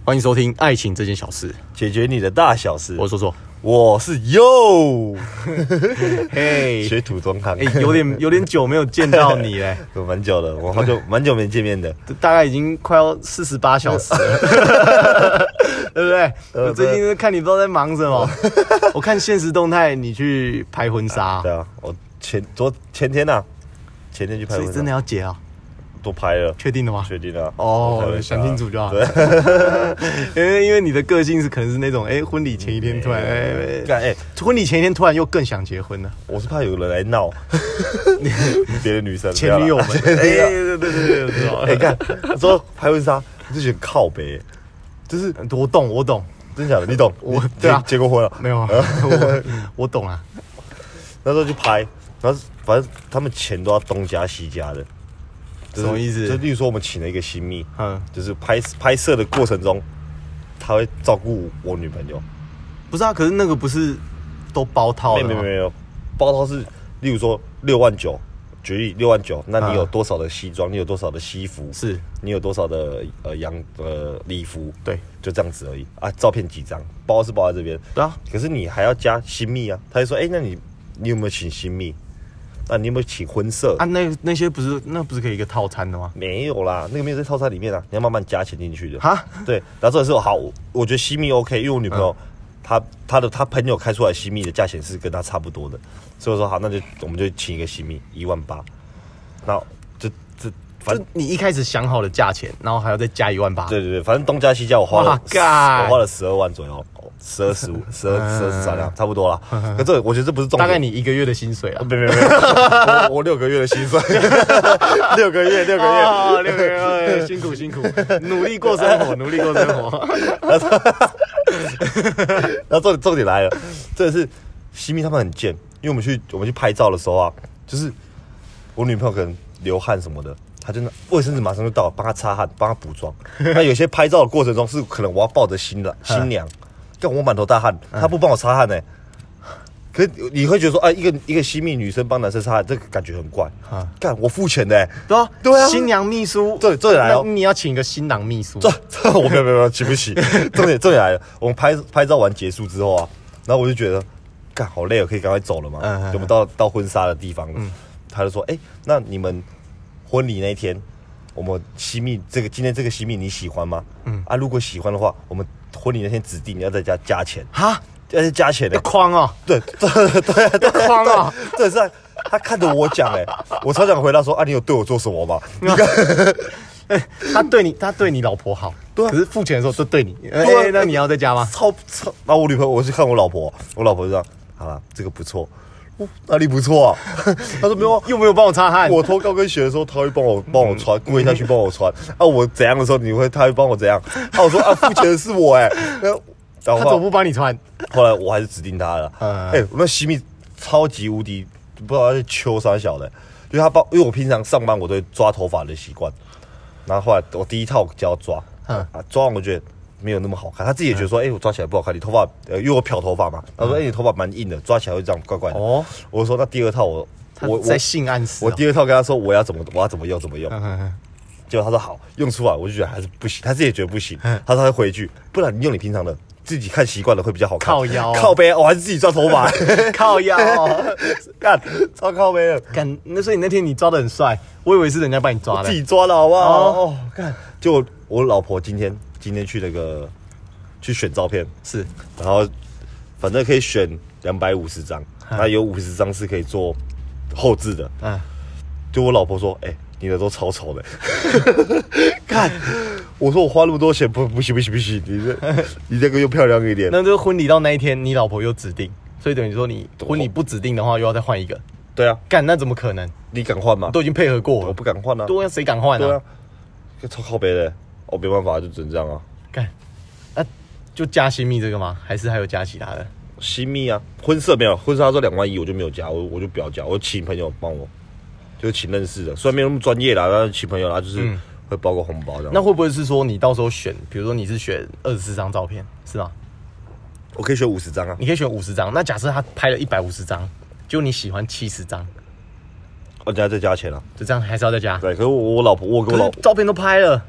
欢迎收听《爱情这件小事》， 解决你的大小事。 我说说， 我是佑， 嘿， 学土中康。 有点久没有见到你嘞， 有蛮久了，我蛮久没见面的， 大概已经快要48小时了，对不对？我最近看你不知道在忙什么，我看现实动态你去拍婚纱， 对啊，我前天去拍婚纱， 所以真的要结啊？ 都拍了， 确定的吗？ 确定了。 哦，想清楚就好。 对， 因为你的个性可能是那种，婚礼前一天突然，婚礼前一天突然又更想结婚了。 我是怕有人来闹，别的女生前女友们，对， 看说拍婚纱，就觉得靠北，就是我懂， 真假的，你懂？ 我对啊， 结过婚了没有啊？我懂啊。 那时候去拍，然后反正他们钱都要东家西家的。 什么意思？ 就例如说，我们请了一个新秘，就是拍摄的过程中，他会照顾我女朋友。 不是啊，可是那个不是都包套的吗？ 没有，包套是例如说6万9，举例6万9，那你有多少的西装？你有多少的西服？是，你有多少的礼服？对，就这样子而已啊。照片几张，包是包在这边，对啊。可是你还要加新秘啊，他就说，那你有没有请新秘？啊，你有没有请婚摄啊？那些不是可以一个套餐的吗？ 没有啦，那个没有在套餐里面啊，你要慢慢加钱进去的。哈，对，然后这是好，我觉得西密 OK，因为我女朋友、她朋友开出来西密的价钱是跟她差不多的，所以我说好，那我们就请一个西密18000，然后反正你一开始想好的价钱，然后还要再加18000。 对，反正东加西加我花了12万左右。12、15、12、13两，差不多啦。可这我觉得这不是重点， 大概你1个月的薪水啊？ 没，我6个月的薪水，6个月 ，6个月，辛苦，努力过生活。 然后重点来了，这是西密他们很贱，因为我们去拍照的时候啊，就是我女朋友可能流汗什么的，她就拿卫生纸马上就到，帮她擦汗，帮她补妆。那有些拍照的过程中是可能我要抱着新娘。干我满头大汗，他不帮我擦汗呢、可是你会觉得说，一个新秘女生帮男生擦汗，这个感觉很怪。干我付钱的、 对啊，新娘秘书， 这来哦， 你要请一个新郎秘书。 这我没有，请不起。重点来了，我们拍照完结束之后啊，然后我就觉得，干好累哦，可以赶快走了嘛。我们到婚纱的地方，他就说，那你们婚礼那一天，我们西密今天这个西密你喜欢吗？如果喜欢的话，我们婚礼那天指定你要在家加钱哈，要加钱的框哦， 对， 框哦， 这是他看着我讲我超想回答说你有对我做什么吗？ 他对你老婆好，对，可是付钱的时候就对你，那你要在家吗？ 超，然后我女朋友我去看我老婆就这样，好啦，这个不错。哪里不错啊？他说没有， 又没有帮我擦汗。 我脱高跟鞋的时候，他会帮我穿，跪下去帮我穿。我怎样的时候，他会帮我怎样？我说付钱的是我然后他怎么不帮你穿？ 后来我还是指定他了。我那西密超级无敌，不知道他是秋三小的，因为我平常上班我都会抓头发的习惯，然后后来我第一套教抓，抓完我觉得没有那么好看，他自己也觉得说，我抓起来不好看，你头发，因为我漂头发嘛，他说，你头发蛮硬的，抓起来会这样怪怪的。我说那第二套我在性暗示。 我第二套跟他说我要怎么用，结果他说好，用出来我就觉得还是不行，他自己也觉得不行，他说他回去，不然你用你平常的自己看习惯了会比较好看。 靠腰， 靠背，我还是自己抓头发， 靠腰， 干超靠背的， 干那所以那天你抓得很帅，我以为是人家帮你抓的， 我自己抓的好不好？干，就我老婆今天去去选照片，是，然后反正可以选250张，那有50张是可以做后置的。就我老婆说，你的都超丑的。看，我说我花那么多钱，不行，你这个又漂亮一点。 那这个婚礼到那一天，你老婆又指定，所以等于说你婚礼不指定的话，又要再换一个。 对啊， 干那怎么可能？ 你敢换吗？ 都已经配合过了， 我不敢换啊。 对啊，谁敢换啊？ 对啊，超靠北的，没办法，就只能这样啊。 干，就加新密这个吗？还是还有加其他的？ 新密啊，婚摄没有，婚摄他说2万1，我就没有加，我就不要加，我请朋友帮我，就是请认识的，虽然没有那么专业啦，但是请朋友啦，就是会包个红包这样。 那会不会是说你到时候选，比如说你是选24张照片，是吗？ 我可以选50张啊。 你可以选50张，那假设他拍了150张，就你喜欢70张， 我等下再加钱啊， 就这样还是要再加。 对，可是我老婆，我跟我老婆照片都拍了，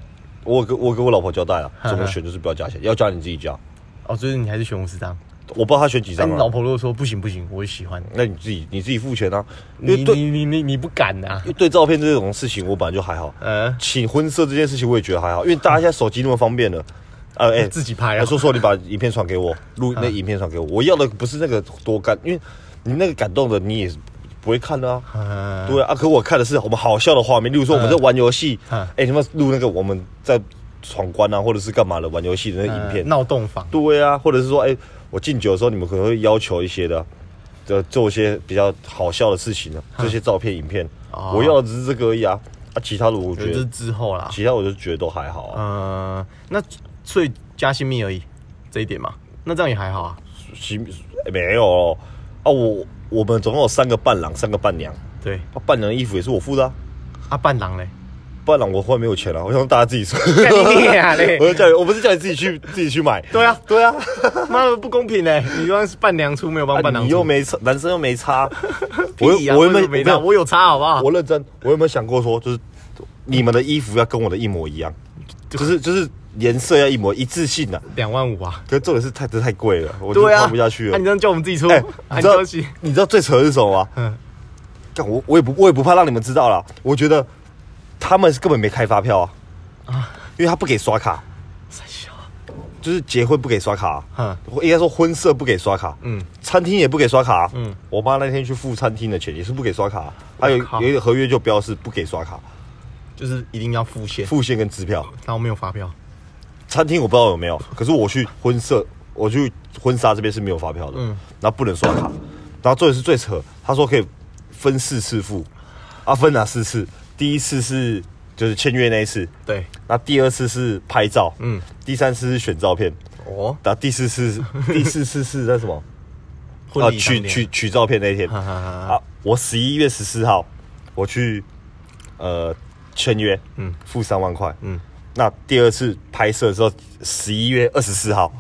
我跟我老婆交代了，怎么选就是不要加钱，要加你自己加。 哦，所以你还是选50张。 我不知道他选几张你老婆如果说不行，我喜欢， 那你自己付钱啊。 你不敢啊？ 因为对照片这种事情，我本来就还好。请婚摄这件事情，我也觉得还好，因为大家现在手机那么方便了。 自己拍啊！ 说你把影片传给我，录那影片传给我，我要的不是那个多感，因为你那个感动的你也不会看的啊。对啊，可我看的是我们好笑的画面，例如说我们在玩游戏，你们录那个我们在闯关啊，或者是干嘛的玩游戏的那个影片， 闹洞房。 对啊，或者是说，我敬酒的时候，你们可能会要求一些的，做一些比较好笑的事情呢，这些照片、影片，我要的只是这个而已啊。其他的我觉得是之后啦， 其他我就觉得都还好啊。 那所以加新密而已，这一点嘛，那这样也还好啊。 没有啊，我们总共有3个伴郎，3个伴娘。对，伴娘的衣服也是我付的啊。伴郎嘞？伴郎我后来没有钱了，我想大家自己说。我不是叫你自己去买。对啊， 妈的不公平嘞！你帮伴娘出，没有帮伴郎出， 你又没差，男生又没差。 我有差好不好？ 我认真，我有没有想过说，就是你们的衣服要跟我的一模一样，就是颜色要一致性的 ，2万5啊！ 可是重点是太贵了，我就看不下去了。 你这样叫我们自己出， 你知道最扯的是什么吗？我也不怕让你们知道啦。我觉得他们根本没开发票啊，因为他不给刷卡，就是结婚不给刷卡，应该说婚摄不给刷卡，餐厅也不给刷卡，我妈那天去付餐厅的钱也是不给刷卡，还有一个合约就标示不给刷卡， 就是一定要付现跟支票， 然后没有发票。 餐厅我不知道有没有，可是我去婚纱这边是没有发票的，然后不能刷卡，然后最扯，他说可以分4次付，分哪4次？第一次是就是签约那一次，对，那第2次是拍照，第3次是选照片，然后第4次是那什么？取照片那一天我11月14号我去签约，付3万块，那第2次拍摄的时候11月24号，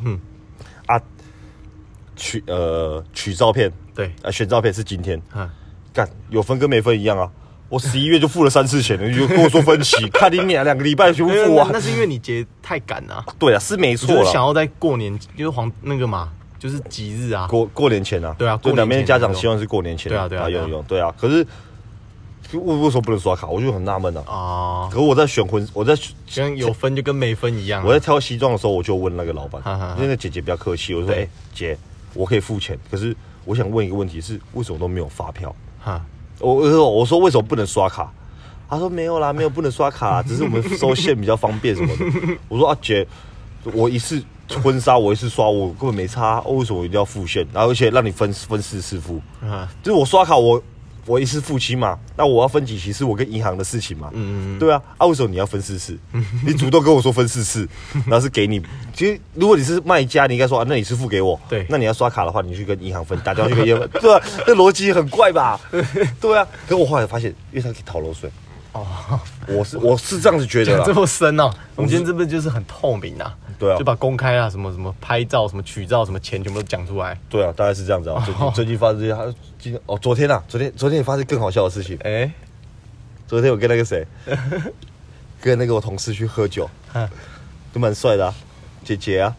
取照片，对，选照片是今天，干有分跟没分一样啊。我11月就付了3次钱了，你就跟我说分期，看你2个礼拜全部付完。 那是因为你节太赶啊。 对啊，是没错啦。 就是想要在过年，就是那个嘛，就是吉日啊， 过年前啊。对啊，就两边家长希望是过年前。用。对啊，可是为什么不能刷卡？我就很纳闷啊。可是我在跟有分就跟没分一样。 我在挑西装的时候，我就问那个老板，因为那姐姐比较客气，我说：“姐，我可以付钱，可是我想问一个问题是，为什么都没有发票？”我说为什么不能刷卡？他说没有啦，没有不能刷卡，只是我们收现比较方便什么的。我说姐，我一次婚纱我一次刷，我根本没差，为什么我一定要付现？然后而且让你分4次付，就是我刷卡我一次付清嘛，那我要分几期是我跟银行的事情嘛，对啊，为什么你要分4次？你主动跟我说分4次，然后是给你。其实如果你是卖家，你应该说那你是付给我，对，那你要刷卡的话，你去跟银行分，打电话去跟银行分，对啊，那逻辑很怪吧？对啊，可我后来发现，因为他可以逃漏税。我是这样子觉得啦。 这么深哦，我们今天这边就是很透明啊。对啊，就把公开啊什么拍照、什么取照、什么钱全部都讲出来。 对啊，大概是这样子啊。最近发生这些，昨天也发生更好笑的事情。昨天我跟那个谁，跟那个我同事去喝酒，都蛮帅的啊，姐姐啊。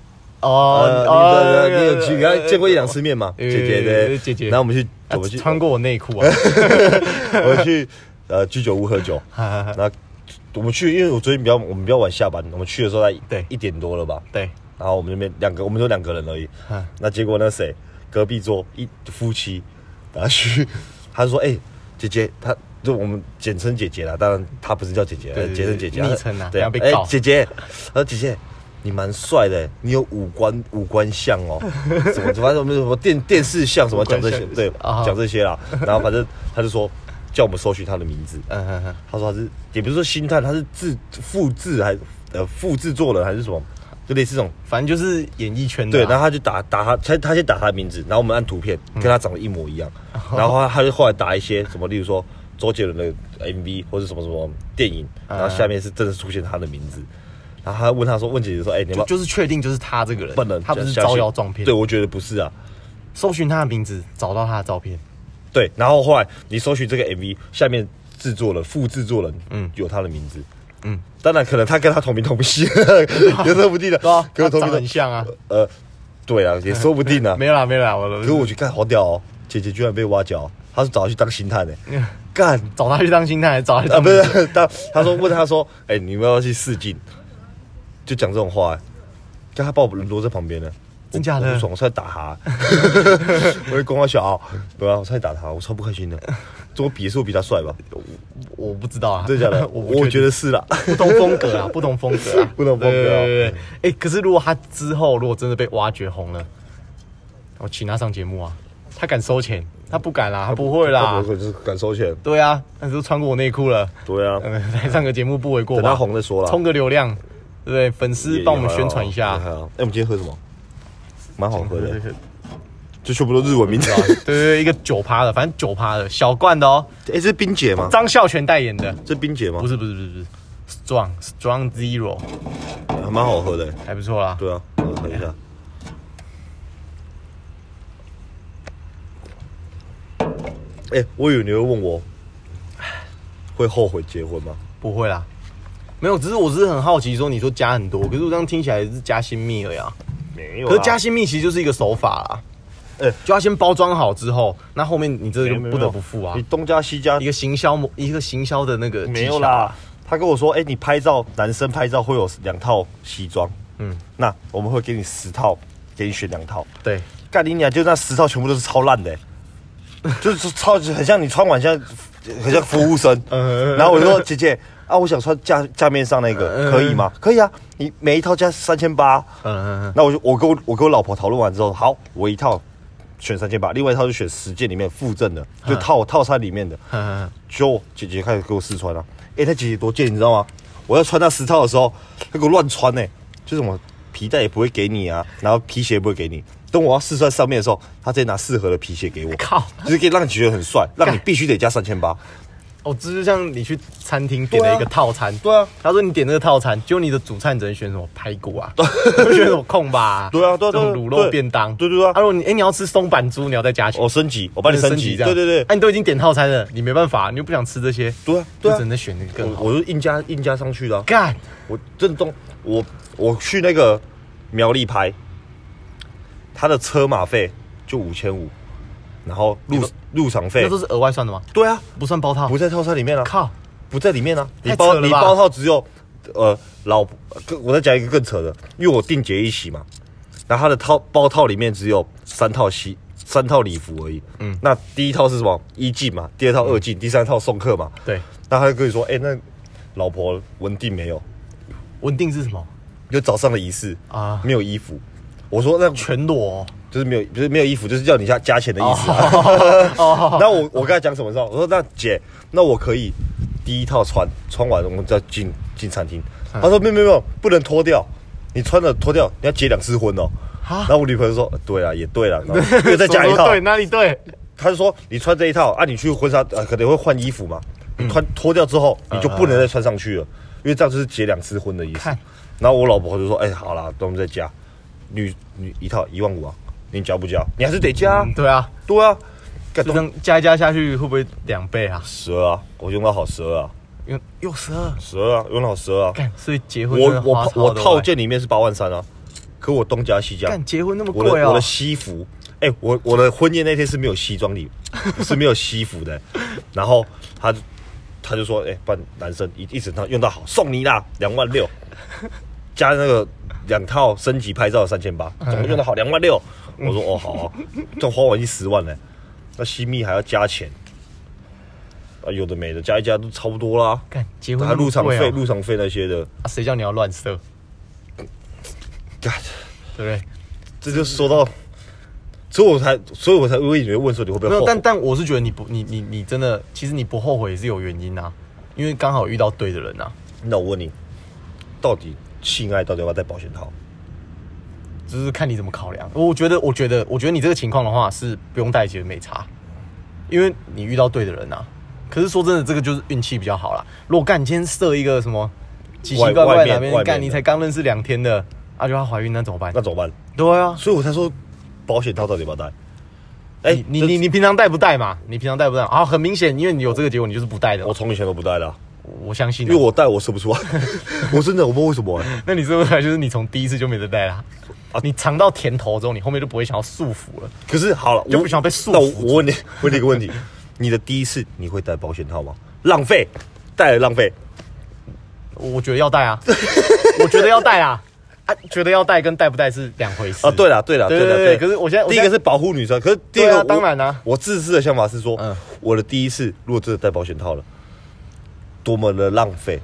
你有去跟他见过1-2次面吗？姐姐，然后我们去穿过我内裤啊。 我们去居酒屋喝酒，那我们去，因为我昨天我们比较晚下班，我们去的时候在1点多了吧？对。然后我们那边我们就2个人而已。那结果那谁隔壁桌夫妻，然后去，他就说：“姐姐，就我们简称姐姐啦，当然她不是叫姐姐，简称姐姐。 昵称啊， 对，姐姐，他说姐姐。”你蛮帅的，你有五官像哦，什么反正什么电视像什么讲这些，对，讲这些啦。然后反正他就说叫我们搜寻他的名字，他说他是也不是说星探，他是复制还复制作人还是什么，就类似这种， 反正就是演艺圈的。 对，然后他就打他先打他的名字，然后我们按图片跟他长得一模一样，然后他就后来打一些什么，例如说周杰伦的 MV 或者什么电影，然后下面是真的出现他的名字。然后他问姐姐说：“你要就是确定就是他这个人，他不是招摇撞骗。” 对，我觉得不是啊。 搜寻他的名字，找到他的照片。 对，然后后来你搜寻这个 MV 下面制作人、副制作人，有他的名字。 当然可能他跟他同名同姓，也说不定的。 对啊， 跟同名长得很像啊。 对啊，也说不定啊。 没有啦， 可是我去看好屌哦，姐姐居然被挖角，他是找他去当星探的，干找他去当星探，还是找他去当？ 不是，他说问他说，你们要去试镜，就讲这种话，叫他把我人挪在旁边呢。 真假的？ 我不爽，我差点打他，我会光他小，对啊，我差点打他，我超不开心的。这我比是我比他帅吧？ 我不知道啊， 真的假的？我觉得是啦， 不同风格啊，不同风格啊， 不同风格啊。 对，可是如果他之后如果真的被挖掘红了，我请他上节目啊，他敢收钱？他不敢啦，他不会啦， 他不会就是敢收钱。 对啊，那时候穿过我内裤了。 对啊， 来上个节目不为过吧？ 等他红再说啦， 冲个流量，对不对？粉丝帮我们宣传一下。 我们今天喝什么？蛮好喝的，就全部都日文名字。 对，一个9%的，反正9%的小罐的哦。 这是冰姐吗？ 张孝全代言的。 这冰姐吗？ 不是 ，Strong Zero， 蛮好喝的， 还不错啦。 对啊，我喝一下。我以为你会问我，会后悔结婚吗？ 不会啦，没有，我只是很好奇，说你说加很多，可是我这样听起来是加新蜜而已啊。 没有， 可是加新蜜其实就是一个手法啦。就要先包装好之后，那后面你这个就不得不付啊。 你东加西加， 一个行销的那个没有啦。他跟我说，你拍照，男生拍照会有2套西装，那我们会给你10套，给你选2套。 对， 干你娘，就那10套全部都是超烂的，就是超级很像你穿完像很像服务生。然后我就说姐姐啊，我想穿架面上那个，可以吗？可以啊，你每一套加3800。那我跟我老婆讨论完之后，好，我一套选3800，另外一套就选10件里面附赠的，就套餐里面的。就姐姐开始给我试穿啊，那姐姐多贱，你知道吗？我要穿那10套的时候，她给我乱穿就什么皮带也不会给你啊，然后皮鞋也不会给你。等我要试穿上面的时候，他直接拿适合的皮鞋给我， 靠， 就是可以让你觉得很帅，让你必须得加3800。 这就像你去餐厅点了一个套餐， 对啊， 他说你点那个套餐，结果你的主餐只能选什么排骨啊，不选什么控吧？ 对啊， 这种卤肉便当， 对。 如果你要吃松板猪，你要再加钱， 我升级，我帮你升级，对。 你都已经点套餐了，你没办法，你又不想吃这些， 对啊， 就只能选那个更好。 我就硬加上去的。 干， 我真的我去那个苗栗拍，他的车马费就5500，然后入场费那都是额外算的吗？ 对啊， 不算包套， 不在套餐里面啊。 靠， 不在里面啊！你包套只有我再讲一个更扯的，因为我订结一席嘛，然后他的包套里面只有3套礼服而已。那第一套是什么？1进嘛，第2套2进，第3套送客嘛。 对， 那他就跟你说，那老婆文定没有？ 文定是什么？ 就早上的仪式啊，没有衣服。我说那全裸， 就是没有衣服，就是叫你加钱的意思。那我跟他讲什么时候？我说那姐，那我可以第一套穿完，我们再进餐厅。他说没有，不能脱掉，你穿了脱掉，你要结2次婚哦。然后我女朋友说，对啦，也对啦，又再加一套。 对，哪里对？ 他就说你穿这一套啊，你去婚纱可能会换衣服嘛，你脱掉之后你就不能再穿上去了，因为这样就是结2次婚的意思。然后我老婆就说，好啦，等我们再加。女一套15000啊，你加不加？你还是得加。 对啊， 这样加一加下去会不会2倍啊 ？12啊，我用到好12啊， 又 12啊，用到好12啊。 所以结婚我套件里面是83000啊，可我东加西加。 结婚那么贵啊！ 我的西服，我的婚宴那天是没有西装礼，是没有西服的。然后他就说，不然男生一整套用到好，送你啦，26000，加那个2套升级拍照的3800，总共用到好26000。我说好啊，这花完10万嘞，那新蜜还要加钱啊，有的没的加一加都差不多啦。 结婚还入场费那些的， 谁叫你要乱射？对不对？ 这就说到，所以我才以为问说你会不会后悔？ 但我是觉得你真的，其实你不后悔也是有原因啊，因为刚好遇到对的人啊。 那我问你，到底性爱到底要不要戴保险套？ 就是看你怎么考量。我觉得你这个情况的话是不用戴，其实没差，因为你遇到对的人啊。可是说真的，这个就是运气比较好啦。如果你今天设一个什么奇奇怪怪哪边你才刚认识2天的，就要怀孕，那怎么办？对啊， 所以我才说保险套到底要不要戴？ 你平常戴不戴嘛？你平常戴不戴？很明显，因为你有这个结果，你就是不戴的。 我从以前都不戴的。 我相信、啊， 因为我带我射不出来，我真的我不知道为什么、 那你射不出来就是你从第一次就没得带啦。你尝到甜头之后，你后面就不会想要束缚了。 可是好了， 就不想要被束缚。 那我问你一个问题，你的第一次你会带保险套吗？浪费，带了浪费。 我觉得要带啊，我觉得要带啊。觉得要带跟带不带是两回事啊。对了。 可是我现在第一个是保护女生，可是第二个、 当然啊， 我自私的想法是说，我的第一次如果真的带保险套了，多么的浪费。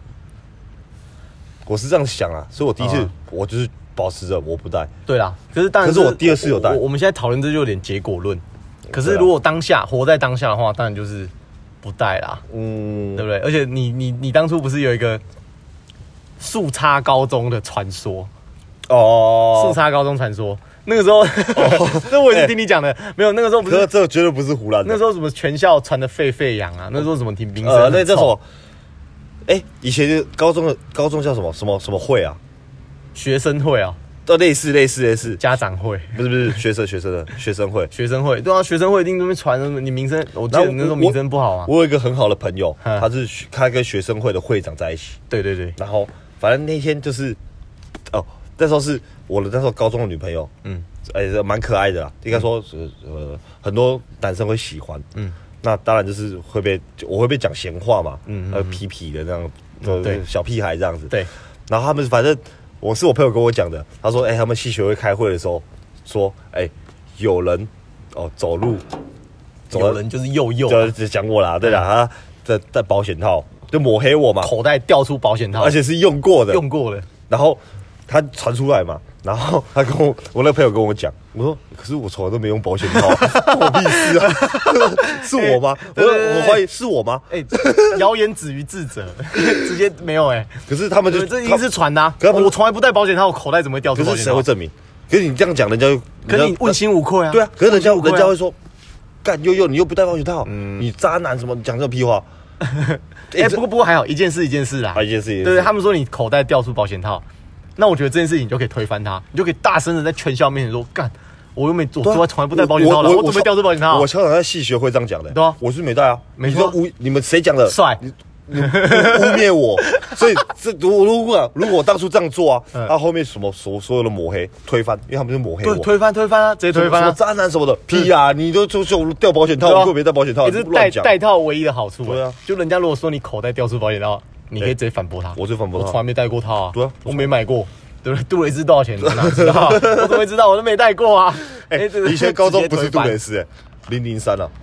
我是这样想啊，所以我第一次我就是保持着我不带。 对啦，可是当然可是我第二次有带。 我们现在讨论这就有点结果论。可是如果活在当下的话，当然就是不带啦。对不对？而且你当初不是有一个速差高中的传说速差高中传说，那个时候，这我也是听你讲的，没有那个时候不是， 可这绝对不是胡乱的。 那时候什么全校传的沸沸扬啊，那时候什么听名声， 那叫什么？以前就高中叫什么会啊？ 学生会啊， 类似家长会， 不是学生的学生会， 对啊，学生会一定都会传你名声，我记得那时候名声不好啊。 我有一个很好的朋友，他跟学生会的会长在一起， 对， 然后反正那天就是那时候是我的那时候高中的女朋友，蛮可爱的啦，应该说很多男生会喜欢，那当然就是我会被讲闲话嘛，痞痞的那样，小屁孩这样子， 对， 然后他们反正我朋友跟我讲的，他说他们系学会开会的时候说，有人走路， 有人就是幼就讲我啦，对啦，他戴保险套就抹黑我嘛， 口袋掉出保险套， 而且是用过的，然后他传出来嘛，然后他跟我那朋友跟我讲，我说可是我从来都没用保险套，我屁事啊，是我吗？我怀疑是我吗？ 谣言止于智者，直接没有可是他们这一定是传的啊，我从来不带保险套，我口袋怎么会掉出保险套？ 可是谁会证明？可是你这样讲，人家可是你问心无愧啊。 对啊，可是人家会说，干又你又不带保险套，你渣男什么讲这种屁话？ 不过还好，一件事啦， 一件事。 对，他们说你口袋掉出保险套，那我觉得这件事情你就可以推翻它，你就可以大声的在全校面前说，干，我从来不带保险套了，我怎么会掉出保险套？ 我校长在系学会这样讲的， 对啊， 我是没带啊， 没错， 你们谁讲的？ 帅。 污蔑我，所以如果我当初这样做啊，后面什么所有的抹黑推翻，因为他们就抹黑我， 推翻啊，直接推翻啊， 什么渣男什么的，屁啊！你都就掉保险套，我没带保险套， 这是带套唯一的好处。 对啊， 就人家如果说你口袋掉出保险套，你可以直接反驳他， 我就反驳他， 我从来没带过套啊， 对啊， 我没买过，对不对？杜蕾斯多少钱？我哪知道？我怎么会知道？我都没带过啊！ 以前高中不是杜蕾斯003啊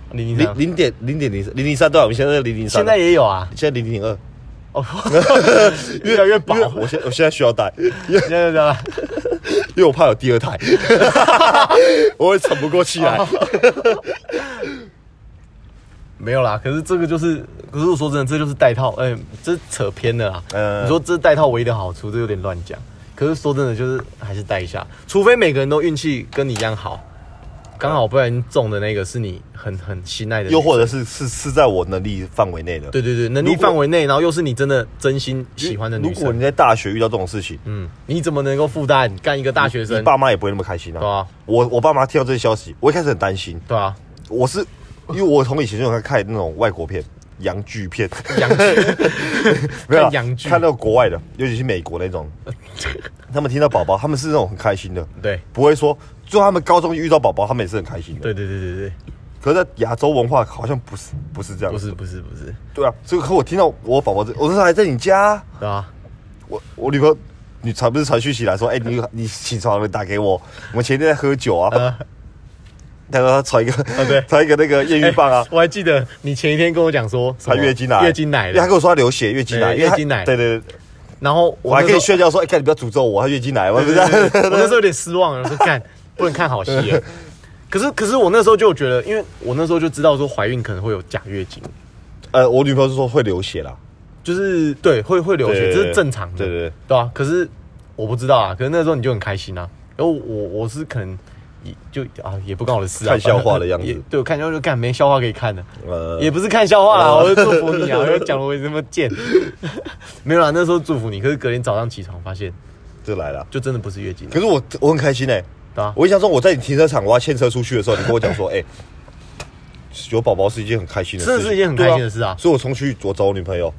，0.003对吧？我们现在003， 现在也有啊， 现在002。 越来越薄。 我现在需要带， 现在这样， 因为我怕有第二胎，我会喘不过气来。 没有啦，可是这个就是，可是我说真的，这就是带套，这扯偏了啦。你说这是带套唯一的好处，这有点乱讲。可是说真的，就是还是带一下，除非每个人都运气跟你一样好。刚好不然中的那个是你很心爱的， 又或者是在我能力范围内的。 对，能力范围内，然后又是你真的真心喜欢的女生。 如果你在大学遇到这种事情， 你怎么能够负担干一个大学生？ 你爸妈也不会那么开心啊。对啊，我爸妈听到这些消息，我一开始很担心。 对啊， 因为我从以前就有看那种外国片、洋剧片， 没有洋剧， 看到国外的，尤其是美国那种，他们听到宝宝，他们是那种很开心的， 对， 不会说。就他们高中遇到宝宝，他们也是很开心的。 对。 可是，在亚洲文化好像不是这样。 不是。 对啊，所以可我听到我宝宝我那时候还在你家。 对啊。 我女朋友，你不是传讯息来说，你起床了打给我，我们前天在喝酒啊。他说他传一个那个验孕棒啊。 我还记得你前一天跟我讲说， 他月经来， 因为他跟我说他流血，月经来。对。 然后我还可以炫耀说，看你不要诅咒我，他月经来。我那时候有点失望了，说干。不能看好戏了。可是我那时候就觉得，因为我那时候就知道说怀孕可能会有假月经。 我女朋友是说会流血啦， 就是对会流血，这是正常的。对啊。可是我不知道啊，可是那时候你就很开心啊。然后我是可能也不关我的事啊， 看笑话的样子。 对，我看笑话就干没笑话可以看的。也不是看笑话啦，我就祝福你啊，我就讲了我这么贱。没有啦，那时候祝福你，可是隔天早上起床发现就来了， 就真的不是月经。 可是我很开心我印象中我在你停车场我要牵车出去的时候，你跟我讲说，有宝宝是一件很开心的事情， 真的是一件很开心的事啊。 所以我冲去我找我女朋友，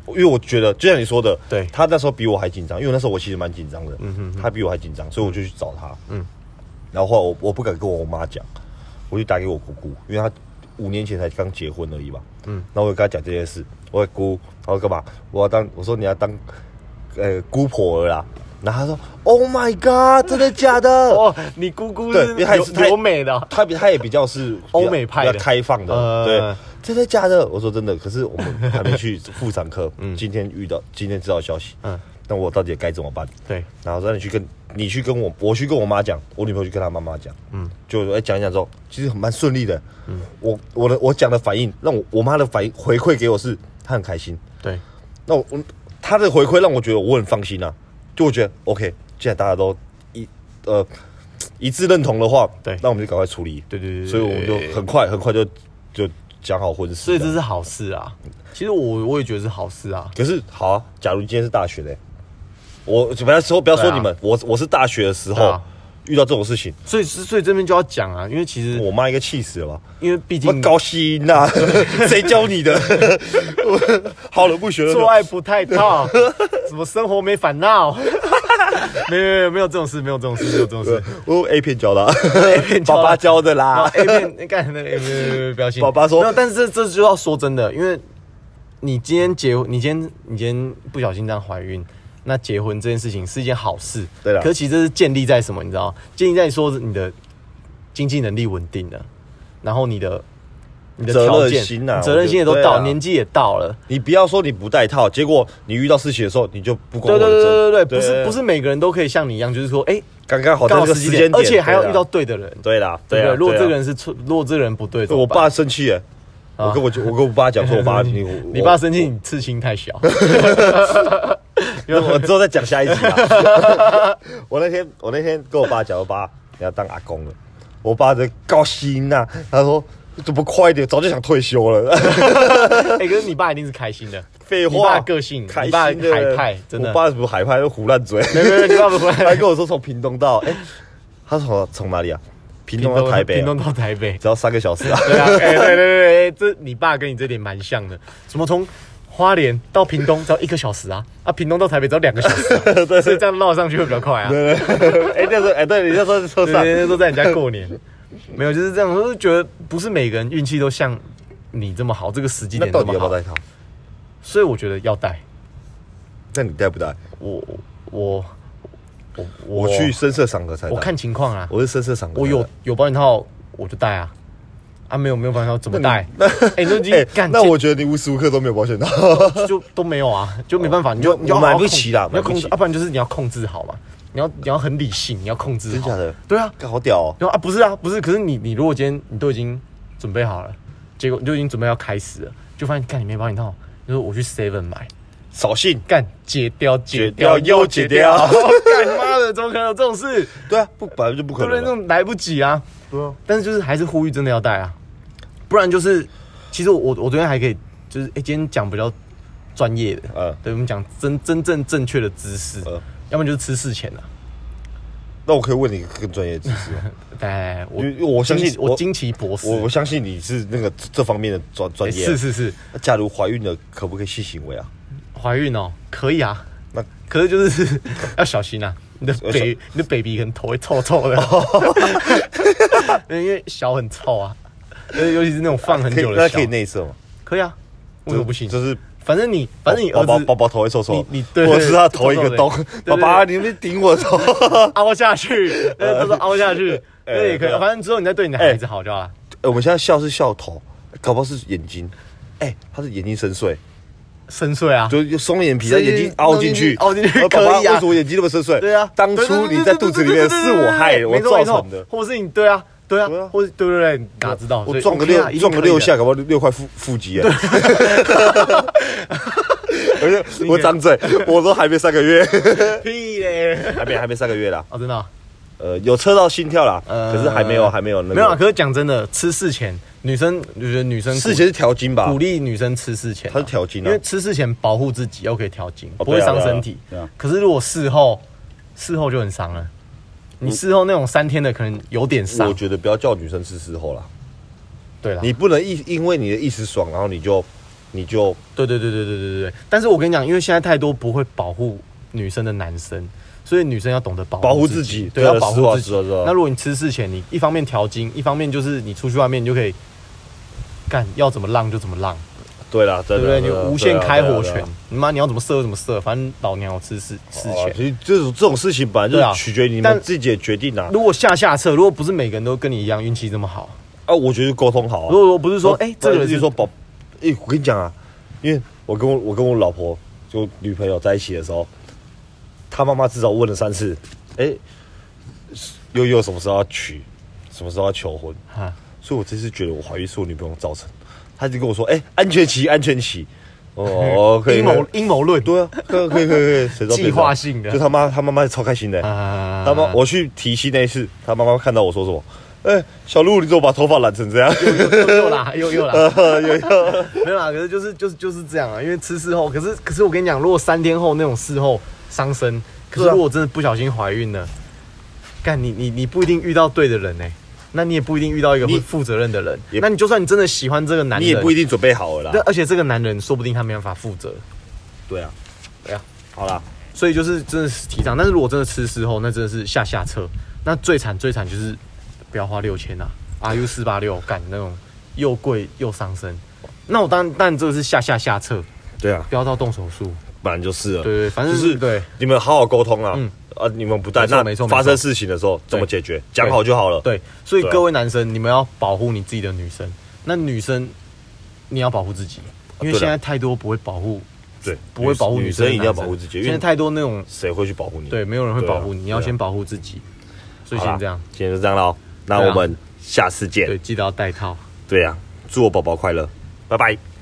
因为我觉得就像你说的， 对， 他那时候比我还紧张，因为那时候我其实蛮紧张的，他比我还紧张，所以我就去找他，然后后来我不敢跟我妈讲，我就打给我姑姑，因为她5年前才刚结婚而已吧，然后我就跟她讲这件事，我姑，然后干嘛？我说你要当姑婆了啦。然后他说 ：“Oh my god， 真的假的？” 哦，你姑姑是因为他也是留美的， 他也比较是欧美派的， 比较开放的，对，真的假的？我说真的，可是我们还没去妇产科，今天知道消息，那我到底该怎么办？ 对， 然后让你去跟我去跟我妈讲，我女朋友去跟她妈妈讲，就讲一讲之后，其实蛮顺利的，我讲的反应，让我妈的反应回馈给我是，她很开心， 对， 那她的回馈让我觉得我很放心啊。就我觉得 OK， 既然大家都一致认同的话， 对， 那我们就赶快处理。 对， 所以我们就很快就讲好婚事。 所以这是好事啊。其实我也觉得是好事啊。 可是好啊，假如今天是大学嘞，我不要说你们，我是大学的时候遇到这种事情， 所以这边就要讲啊，因为其实我妈应该气死了吧？ 因为毕竟高兴呐，谁教你的？好了不学了， 做爱不太套，什么生活没烦恼，没有这种事，没有这种事。 我 A 片教的 ，A 片爸爸教的啦。 A 片干那个不要信。 爸爸说， 没有，但是这就要说真的，因为你今天你今天不小心这样怀孕。那结婚这件事情是一件好事， 对啦。 可是其实这是建立在什么？你知道吗？建立在说你的经济能力稳定了，然后你的条件、责任心也都到，年纪也到了。 你不要说你不带套，结果你遇到事情的时候，你就不管我的责。 对，不是每个人都可以像你一样，就是说， 刚刚好在这个时间点， 而且还要遇到对的人。 对啦， 对。如果这个人如果这个人不对， 我爸生气耶。我跟我爸讲说，我爸你爸生气，你刺青太小。 因为我之后再讲下一集啊。我那天跟我爸讲，我爸你要当阿公了，我爸就高兴呐，他说怎么快一点，早就想退休了。 可是你爸一定是开心的。 废话， 你爸个性， 开心的，你爸海派，真的。 我爸什么海派，都胡烂嘴。 没有，你爸不会。 他跟我说从屏东到，他从哪里啊？屏东到台北， 屏东到台北只要3个小时啊。 对啊，对，这你爸跟你这点蛮像的。什么从花莲到屏东只要1个小时啊，屏东到台北只要2个小时啊，对，所以这样绕上去会比较快啊。 对，那时候对，你那时候在车上， 那时候在人家过年，没有就是这样，我就觉得不是每个人运气都像你这么好，这个时机点这么好。 那到底要不要带套？ 所以我觉得要带。 那你带不带？我去深色场合才带。 我看情况啊。 我是深色场合。 我有保险套我就带啊。没有保险套怎么带？你都已经那我觉得你无时无刻都没有保险套， 就都没有啊，就没办法，你就买不起啦， 你要控制，不然就是你要控制好嘛，你要很理性，你要控制好。 真假的？ 对啊， 好屌哦。不是，可是你如果今天你都已经准备好了，结果你就已经准备要开始了，就发现干你没保险套，你说我去 7 买。 扫兴， 干解掉又解掉，干妈的，怎么可能有这种事？ 对啊，本来就不可能， 对不对？那种来不及啊。 对啊， 但是就是还是呼吁真的要带啊，不然就是，其实我昨天还可以，就是今天讲比较专业的，对，我们讲真正正确的知识，要不然就是吃事前啊。 那我可以问你一个更专业的知识吗？ 对， 我相信我惊奇博士， 我相信你是那个这方面的专业。 是。 假如怀孕了，可不可以性行为啊？ 怀孕哦，可以啊，那可是就是要小心啊，你的 baby 可能头会臭臭的，因为小很臭啊，尤其是那种放很久的小。 那可以内射吗？ 可以啊，为什么不行？ 就是反正你儿子宝宝头会臭臭， 你我是他头一个洞，爸爸你们顶我头， 凹下去，都是凹下去，那也可以，反正之后你再对你的孩子好就好了。 我们现在笑是笑头，搞不好是眼睛，他是眼睛深邃啊，就双眼皮，他眼睛凹进去， 可以啊。 为什么眼睛那么深邃？ 对啊， 当初你在肚子里面是我害的，我造成的， 或是你对啊，或是对，哪知道？ 我撞个6下，搞不好6块腹肌啊！我张嘴，我说还没3个月， 屁嘞， 还没3个月啦。 真的。 有测到心跳啦，可是还没有那个。 没有啊，可是讲真的，吃事前，女生我觉得女生事前是调经吧， 鼓励女生吃事前， 她是调经啊， 因为吃事前保护自己，又可以调经，不会伤身体。可是如果事后就很伤了，你事后那种3天的可能有点伤。 我觉得不要叫女生吃事后啦。 对啦， 你不能因为你的一时爽，然后你就你就对。但是我跟你讲，因为现在太多不会保护女生的男生，所以女生要懂得保护自己，对，要保护自己。那如果你吃事前，你一方面调经，一方面就是你出去外面你就可以干，要怎么浪就怎么浪。 对啦， 对不对？你无限开火权，你妈你要怎么射就怎么射，反正老娘有吃事前。 其实这种事情本来就是取决于你们自己的决定啊。 如果下策，如果不是每个人都跟你一样运气这么好啊，我觉得沟通好啊。 如果不是说，这个人是说我跟你讲啊，因为我跟我老婆就女朋友在一起的时候，她妈妈至少问了3次，又什么时候要娶，什么时候要求婚啊？所以我这次觉得我怀孕是我女朋友造成的。他就跟我说：“安全期。”哦，可以。 阴谋论， 对啊，可以， 计划性的。 就他妈妈超开心的。他妈，我去提亲那一次，他妈妈看到我说什么？小鹿，你怎么把头发染成这样？ 又啦，又没有啦，可是就是这样啊。因为吃事后，可是我跟你讲，如果3天后那种事后伤身，可是如果真的不小心怀孕了，干你不一定遇到对的人那你也不一定遇到一个会负责任的人。那你就算你真的喜欢这个男人， 你也不一定准备好了啦。 而且这个男人说不定他没办法负责。 对啊，好啦， 所以就是真的是提倡。但是如果真的吃事后，那真的是下策。那最惨就是不要花6000啊 ，RU486干那种又贵又伤身。那我当然这个是下策。 对啊， 不要到动手术。 本来就是了。 对，反正就是对你们好好沟通啊。你们不带那没错发生事情的时候怎么解决？讲好就好了。 对，所以各位男生，你们要保护你自己的女生。那女生你要保护自己，因为现在太多不会保护， 对， 不会保护女生一定要保护自己。 现在太多那种谁会去保护你？ 对，没有人会保护你，你要先保护自己。所以先这样， 今天就这样咯。那我们下次见。 对，记得要戴套。 对呀，祝我宝宝快乐，拜拜。